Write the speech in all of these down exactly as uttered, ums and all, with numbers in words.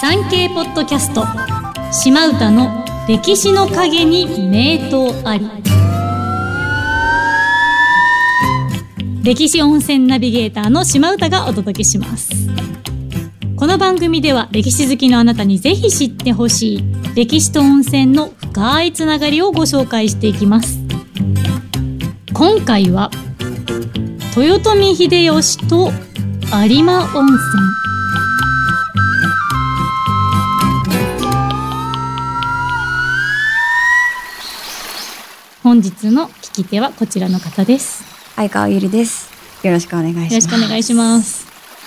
産経ポッドキャスト島唄の歴史の陰に名刀あり。歴史温泉ナビゲーターの島唄がお届けします。この番組では歴史好きのあなたにぜひ知ってほしい歴史と温泉の深いつながりをご紹介していきます。今回は豊臣秀吉と有馬温泉。本日の聞き手はこちらの方です。 相川ゆりです。よろしくお願いします。 よろしくお願いします。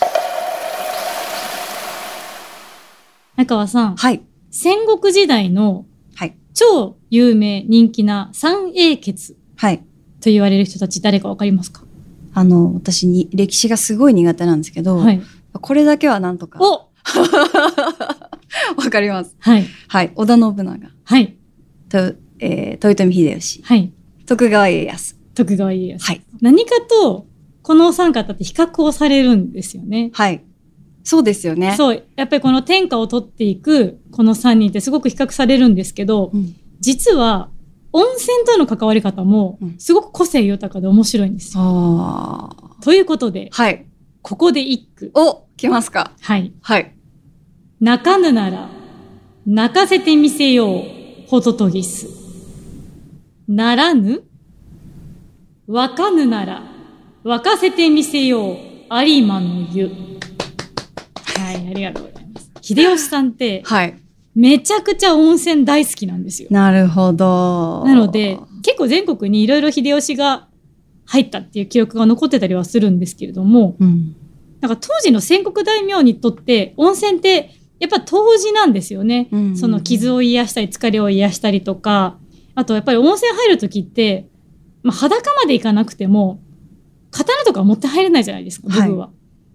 相川さん、 はい、 戦国時代のはい超有名人気な三英傑はいと言われる人たち誰かわかりますか？ あの私に歴史がすごい苦手なんですけど、はい、これだけはなんとかおわかります。 はいはい、織田信長、 はいと、えー、豊臣秀吉、 はい、 徳川家康、 徳川家康、 はい、 何かとこのお三方って比較をされるんですよね。 はい、そうですよね。 そう、やっぱりこの天下を取っていくこの三人ってすごく比較されるんですけど、うん、実は温泉との関わり方もすごく個性豊かで面白いんですよ。あということで、はい、ここで一句。 お、来ますか。 はい。 はい。 泣かぬなら泣かせてみせようホトトギス。ならぬ沸かぬなら沸かせてみせよう有馬の湯。はい、ありがとうございます。秀吉さんって、はい。めちゃくちゃ温泉大好きなんですよ。 なるほど。 なので、結構全国にいろいろ秀吉が入ったっていう記録が残ってたりはするんですけれども、うん、なんか当時の戦国大名にとって温泉ってやっぱ湯治なんですよね。うんうんうん、その傷を癒したり疲れを癒したりとか、あとやっぱり温泉入るときって、まあ、裸まで行かなくても刀とか持って入れないじゃないですか、僕は。はい、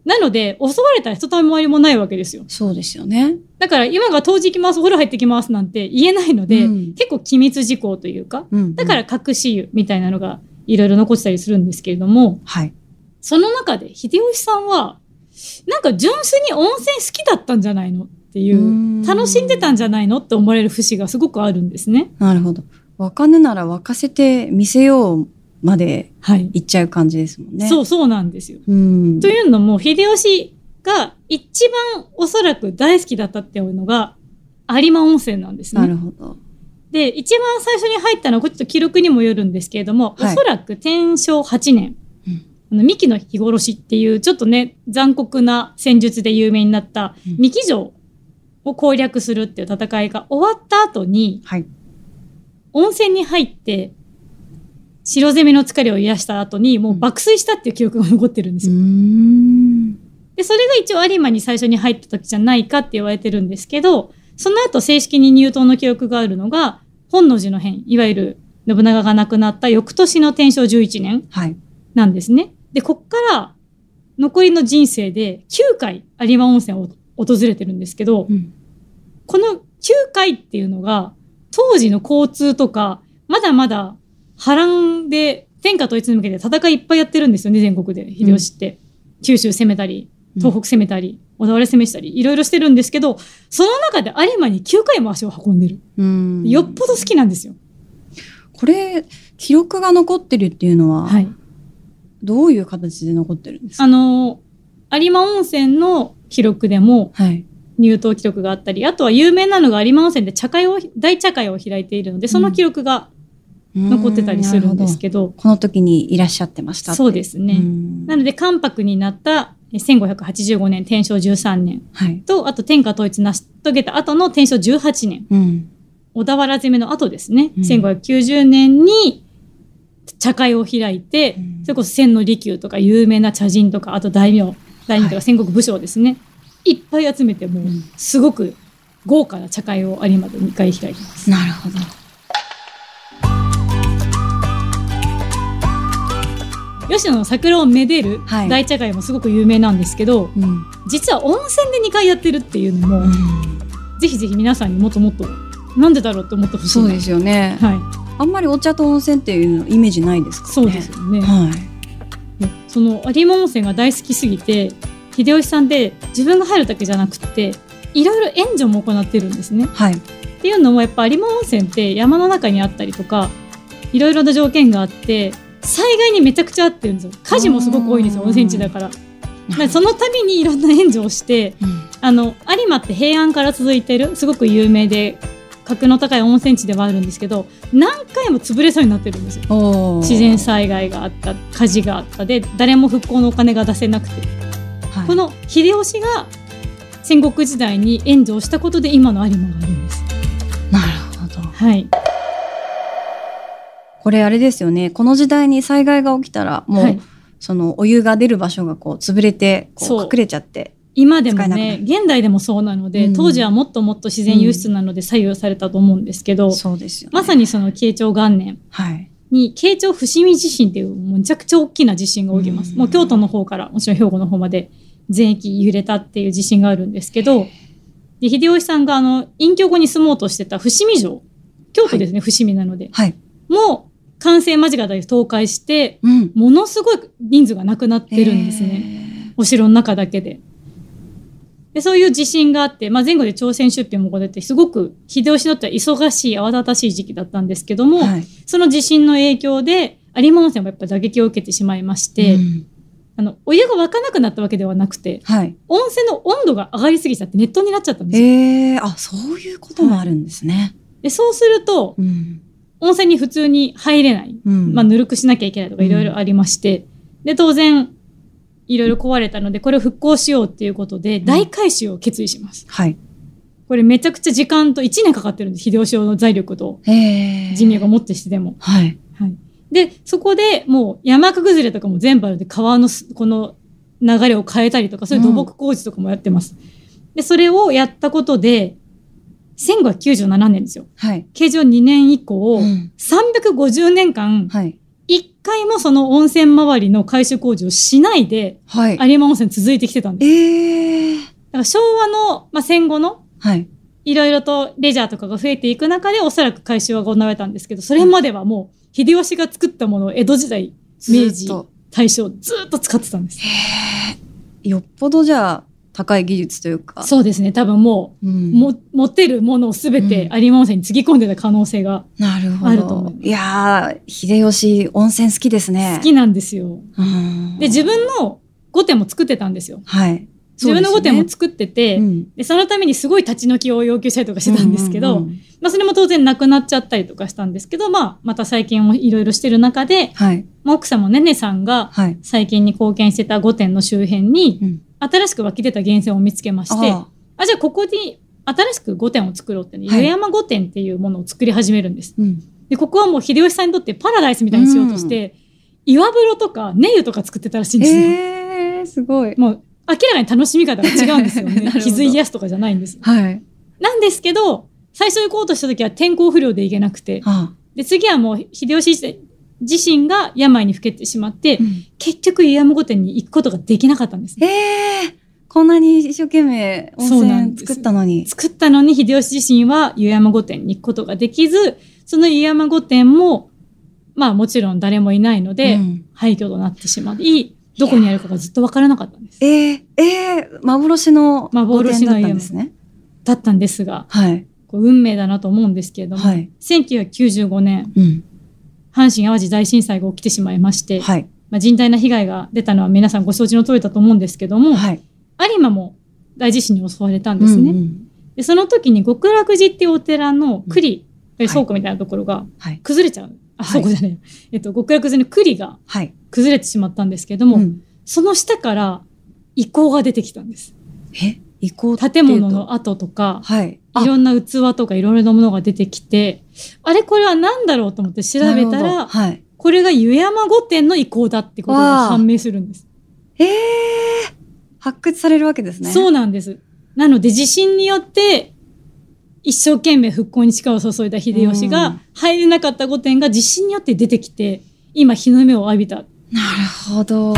なので、襲われたら一ためりもないわけですよ。 そうですよね。 だから、今が湯治行きます、お風呂入ってきますなんて言えないので、うん、結構機密事項というか、うんうん、だから隠し湯みたいなのがいろいろ残ってたりするんですけれども、はい、その中で秀吉さんは、なんか純粋に温泉好きだったんじゃないのっていう、う楽しんでたんじゃないのって思われる節がすごくあるんですね。 なるほど。沸かぬなら沸かせてみせようまで行っちゃう感じですもんね。 はい、そうそうなんですよ。うんというのも、秀吉が一番おそらく大好きだったっていうのが有馬温泉なんですね。 なるほど。 で、一番最初に入ったのは、これちょっと記録にもよるんですけれども、はい、おそらく天正はちねん、うん、三木の日殺しっていうちょっとね、残酷な戦術で有名になった三木城を攻略するっていう戦いが終わった後に、はい、温泉に入って城攻めの疲れを癒した後にもう爆睡したっていう記憶が残ってるんですよ。うーんで、それが一応有馬に最初に入った時じゃないかって言われてるんですけど、その後正式に入湯の記憶があるのが本能寺の変、いわゆる信長が亡くなった翌年の天正じゅういちねんなんですね。はい、で、こっから残りの人生できゅうかい有馬温泉を訪れてるんですけど、うん、このきゅうかいっていうのが当時の交通とかまだまだ波乱で天下統一に向けて戦いいっぱいやってるんですよね、全国で秀吉って、うん、九州攻めたり東北攻めたり、うん、小田原攻めしたりいろいろしてるんですけど、その中で有馬にきゅうかいも足を運んでる。うんよっぽど好きなんですよ。 これ記録が残ってるっていうのは、はい、どういう形で残ってるんですか？ あの有馬温泉の記録でも、はい、入湯記録があったり、あとは有名なのが有馬温泉で茶会を大茶会を開いているので、その記録が残ってたりするんですけど、 どこの時にいらっしゃってましたって。 そうですね。なので関白になったせんごひゃくはちじゅうごねん天正じゅうさんねん、はい、とあと天下統一成し遂げた後の天正じゅうはちねん、うん、小田原攻めの後ですね、うん、せんごひゃくきゅうじゅうねんに茶会を開いて、うん、それこそ千利休とか有名な茶人とか、あと大名大名とか戦国武将ですね、はい、いっぱい集めてもうすごく豪華な茶会を有馬でにかい開いてます。 なるほど。 吉野の桜をめでる大茶会もすごく有名なんですけど、はいうん、実は温泉でにかいやってるっていうのも、うん、ぜひぜひ皆さんにもっともっとなんでだろうと思ってほしい。 そうですよね、はい、あんまりお茶と温泉っていうのイメージないですかね。 そうですよね、はい、その有馬温泉が大好きすぎて秀吉さんで自分が入るだけじゃなくていろいろ援助も行ってるんですね。 はい、 っていうのもやっぱ有馬温泉って山の中にあったりとかいろいろな条件があって災害にめちゃくちゃ合ってるんですよ。火事もすごく多いんですよ、温泉地だから。だからその度にいろんな援助をして、うん、あの有馬って平安から続いてるすごく有名で格の高い温泉地ではあるんですけど何回も潰れそうになってるんですよ。自然災害があった火事があったで誰も復興のお金が出せなくて、はい、この秀吉が戦国時代に援助をしたことで今の有馬があるんです。 なるほど、 はい、 これあれですよね。この時代に災害が起きたらもう、はい、そのお湯が出る場所がこう潰れてこう隠れちゃって今でもね現代でもそうなので、うん、当時はもっともっと自然湧出なので左右されたと思うんですけど、うん、 そうですよね、 まさにその慶長元年に慶長伏見地震っていうめちゃくちゃ大きな地震が起きます、うん、もう京都の方からもちろん兵庫の方まで全域揺れたっていう地震があるんですけどで秀吉さんがあの隠居後に住もうとしてた伏見城京都ですね、はい、伏見なので、はい、もう完成間近で倒壊して、うん、ものすごい人数がなくなってるんですね、お城の中だけで。でそういう地震があって、まあ、前後で朝鮮出兵も起こってすごく秀吉にとっては忙しい慌ただしい時期だったんですけども、はい、その地震の影響で有馬温泉もやっぱり打撃を受けてしまいまして、うん、あのお湯が沸かなくなったわけではなくて、はい、温泉の温度が上がりすぎちゃって熱湯になっちゃったんですよ。 えー、あそういうこともあるんですね、はい、でそうすると、うん、温泉に普通に入れない、うんまあ、ぬるくしなきゃいけないとかいろいろありまして、うん、で当然いろいろ壊れたのでこれを復興しようっていうことで大改修を決意します、うんはい、これめちゃくちゃ時間といちねんかかってるんです。秀吉の財力と人命がもってしてでも、はいはい、でそこでもう山崩れとかも全部あるんで川のこの流れを変えたりとかそういう土木工事とかもやってます、うん、でそれをやったことでせんごひゃくきゅうじゅうななねんですよ、はい、慶長にねん以降、うん、さんびゃくごじゅうねんかん、はい一回もその温泉周りの改修工事をしないで、はい、有馬温泉続いてきてたんです。えー、だから昭和の、まあ、戦後の、はい、いろいろとレジャーとかが増えていく中でおそらく改修は行われたんですけど、それまではもう秀吉が作ったものを江戸時代、明治、大正ずっと使ってたんです。 へー、よっぽどじゃあ高い技術というか。 そうですね。多分もう、うん、も持ってるものをすべて有馬温泉につぎ込んでた可能性があると思う。 いやー、秀吉温泉好きですね。 好きなんですよ。で、自分の御殿も作ってたんですよ。はい。自分の御殿も作ってて、うん、でそのためにすごい立ち退きを要求したりとかしてたんですけど、うんうんうん、まあ、それも当然なくなっちゃったりとかしたんですけど、まあ、また最近もいろいろしてる中で、はい、まあ、奥様ねねさんが最近に貢献してた御殿の周辺に、うん、新しく湧き出た源泉を見つけまして、ああ、じゃあここに新しく御殿を作ろうって、ね、はい、湯山御殿っていうものを作り始めるんです、うん、でここはもう秀吉さんにとってパラダイスみたいにしようとして、うん、岩風呂とか根湯とか作ってたらしいんですよ。 えー、すごい。 もう明らかに楽しみ方が違うんですよね。傷癒すとかじゃないんです、はい、なんですけど最初行こうとした時は天候不良で行けなくて、はあ、で次はもう秀吉自身が病にふけてしまって、うん、結局湯山御殿に行くことができなかったんです。 えー、こんなに一生懸命温泉作ったのに作ったのに秀吉自身は湯山御殿に行くことができず、その湯山御殿もまあもちろん誰もいないので、うん、廃墟となってしまい、どこにあるかがずっと分からなかったんです。 えー、えー、幻の御殿だったんですね。 だったんですが、はい、こう運命だなと思うんですけれども、はい、せんきゅうひゃくきゅうじゅうごねん、うん、阪神淡路大震災が起きてしまいまして、はい、まあ、甚大な被害が出たのは皆さんご承知の通りだと思うんですけども、はい、有馬も大地震に襲われたんですね、うんうん、でその時に極楽寺っていうお寺の栗、うん、倉庫みたいなところが崩れちゃう、はい、あ、倉庫じゃない、えっと、極楽寺の栗が崩れてしまったんですけども、はい、うん、その下から遺構が出てきたんです。 え、遺構建物の跡とか、はい、いろんな器とかいろいろなものが出てきて、あれこれは何だろうと思って調べたら、はい、これが湯山御殿の遺構だってことが判明するんです。 えー、発掘されるわけですね。 そうなんです。なので地震によって一生懸命復興に力を注いだ秀吉が入れなかった御殿が地震によって出てきて、今日の目を浴びた。 なるほど。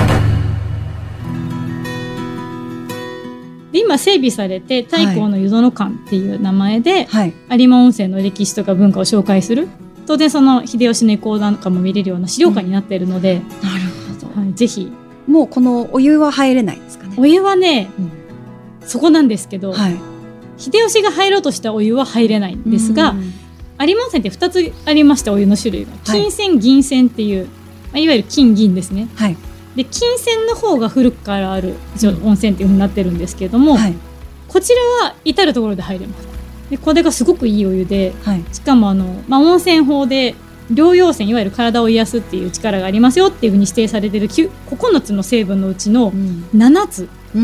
で今整備されて太閤の湯殿館っていう名前で、はい、有馬温泉の歴史とか文化を紹介する、当然その秀吉の遺構なんかも見れるような資料館になっているので、うん、なるほど、はい、ぜひ。 もうこのお湯は入れないですかね。 お湯はね、うん、そこなんですけど、はい、 秀吉が入ろうとしたお湯は入れないんですが、有馬温泉ってふたつありまして、お湯の種類が金泉、銀泉っていう、まあ、いわゆる金銀ですね、はい、で金泉の方が古くからある温泉っていう風になってるんですけれども、はい、こちらは至るところで入れます。でこれがすごくいいお湯で、はい、しかもあの、まあ、温泉法で療養泉、いわゆる体を癒すっていう力がありますよっていう風に指定されているここのつの成分のうちのななつ、うん、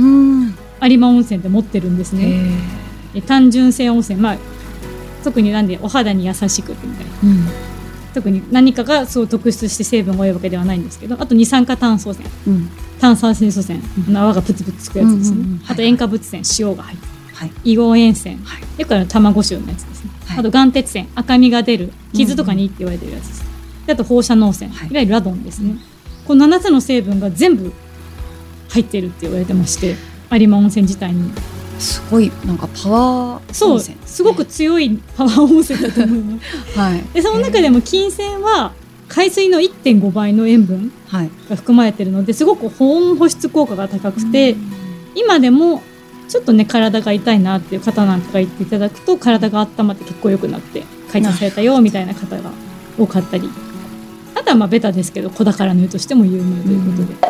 有馬温泉って持ってるんですね。単純性温泉、まあ、特になんでお肌に優しくてみたいな、うん、特に何かがそう特質して成分が多いわけではないんですけど、あと二酸化炭素泉、うん、炭酸水素泉、うん、泡がプツプツつくやつですね、うんうんうん、あと塩化物泉、塩が入ってる、はい、硫黄塩泉、はい、よくある卵臭のやつですね、はい、あと岩鉄泉、赤みが出る傷とかにいいって言われてるやつです、うんうん、であと放射能泉、はい、いわゆるラドンですね、うん、このななつの成分が全部入ってるって言われてまして、有馬温泉自体にすごいなんかパワー温泉、 そうすごく強いパワー温泉だと思います、はい、でその中でも金泉は海水の いってんご 倍の塩分が含まれているので、すごく保温保湿効果が高くて、今でもちょっとね体が痛いなっていう方なんかが言っていただくと、体が温まって結構良くなって改善されたよみたいな方が多かったり、あとはまあベタですけど子宝の湯としても有名ということで、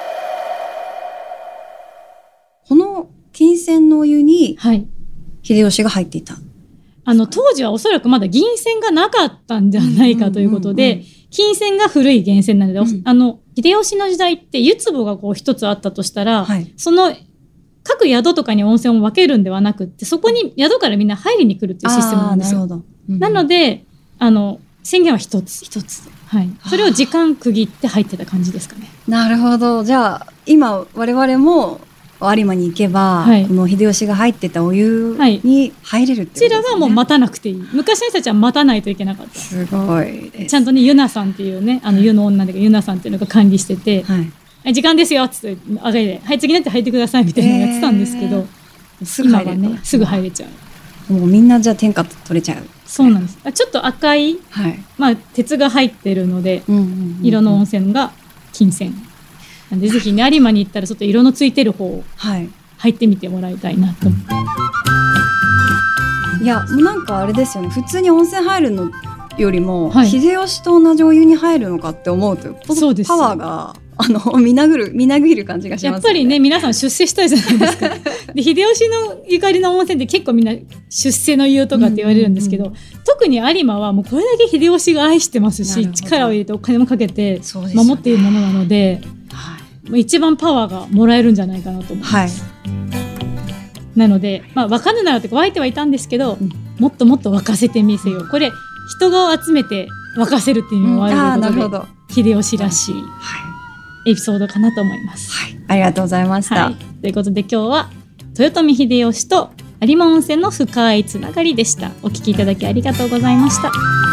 この金泉のお湯に秀吉が入っていた、はい、 あの当時はおそらくまだ銀泉がなかったんじゃないかということで、うんうんうんうん、金泉が古い源泉なので、うん、あの秀吉の時代って湯壺がこう一つあったとしたら、はい、その各宿とかに温泉を分けるんではなくって、そこに宿からみんな入りに来るっていうシステムなんですよ。なるほど、うん、なのであの宣言は一つ一つ、はい、それを時間区切って入ってた感じですかね。 なるほど。じゃあ今我々も有馬に行けば、はい、この秀吉が入ってたお湯に入れるってことですね。 こちらはもう待たなくていい。昔の人たちは待たないといけなかった。 すごいです。 ちゃんとね、ユナさんっていうね、あの湯の女でユナさんっていうのが管理してて、はい、時間ですよっつって上げで、はい次になって入ってくださいみたいなのやってたんですけど、えー、すぐ入れる、今はねすぐ入れちゃう。もうみんなじゃあ天下取れちゃう。 そうなんです。ちょっと赤い、はい、まあ鉄が入ってるので、うんうんうんうん、色の温泉が金泉。なんでぜひね有馬に行ったらちょっと色のついてる方を。はい入ってみてもらいたいなと思って。 いやもうなんかあれですよね、普通に温泉入るのよりも、はい、秀吉と同じお湯に入るのかって思うとそうです、パワーがあのみなぐるみなぎる感じがしますね。 やっぱりね皆さん出世したいじゃないですかで秀吉のゆかりの温泉って結構みんな出世の湯とかって言われるんですけど、うんうんうん、特に有馬はもうこれだけ秀吉が愛してますし、力を入れてお金もかけて守っているものなので、一番パワーがもらえるんじゃないかなと思います、はい、なので、まあ、分かんないって湧いてはいたんですけど、うん、もっともっと沸かせてみせよう、これ人が集めて沸かせるっていうのもあるということで、うん、秀吉らしい、はい、エピソードかなと思います、 はい、ありがとうございました、はい、 ということで今日は豊臣秀吉と有馬温泉の深いつながりでした。お聞きいただきありがとうございました。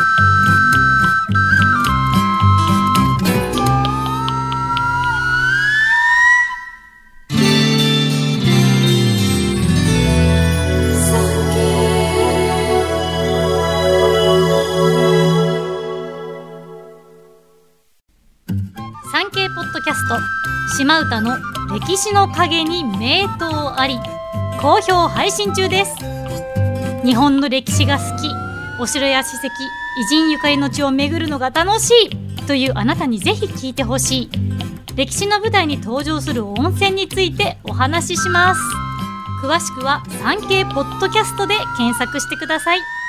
産経ポッドキャスト島唄の歴史の陰に名刀あり好評配信中です。日本の歴史が好き、お城や史跡、偉人ゆかりの地を巡るのが楽しいというあなたにぜひ聞いてほしい、歴史の舞台に登場する温泉についてお話しします。詳しくは産経ポッドキャストで検索してください。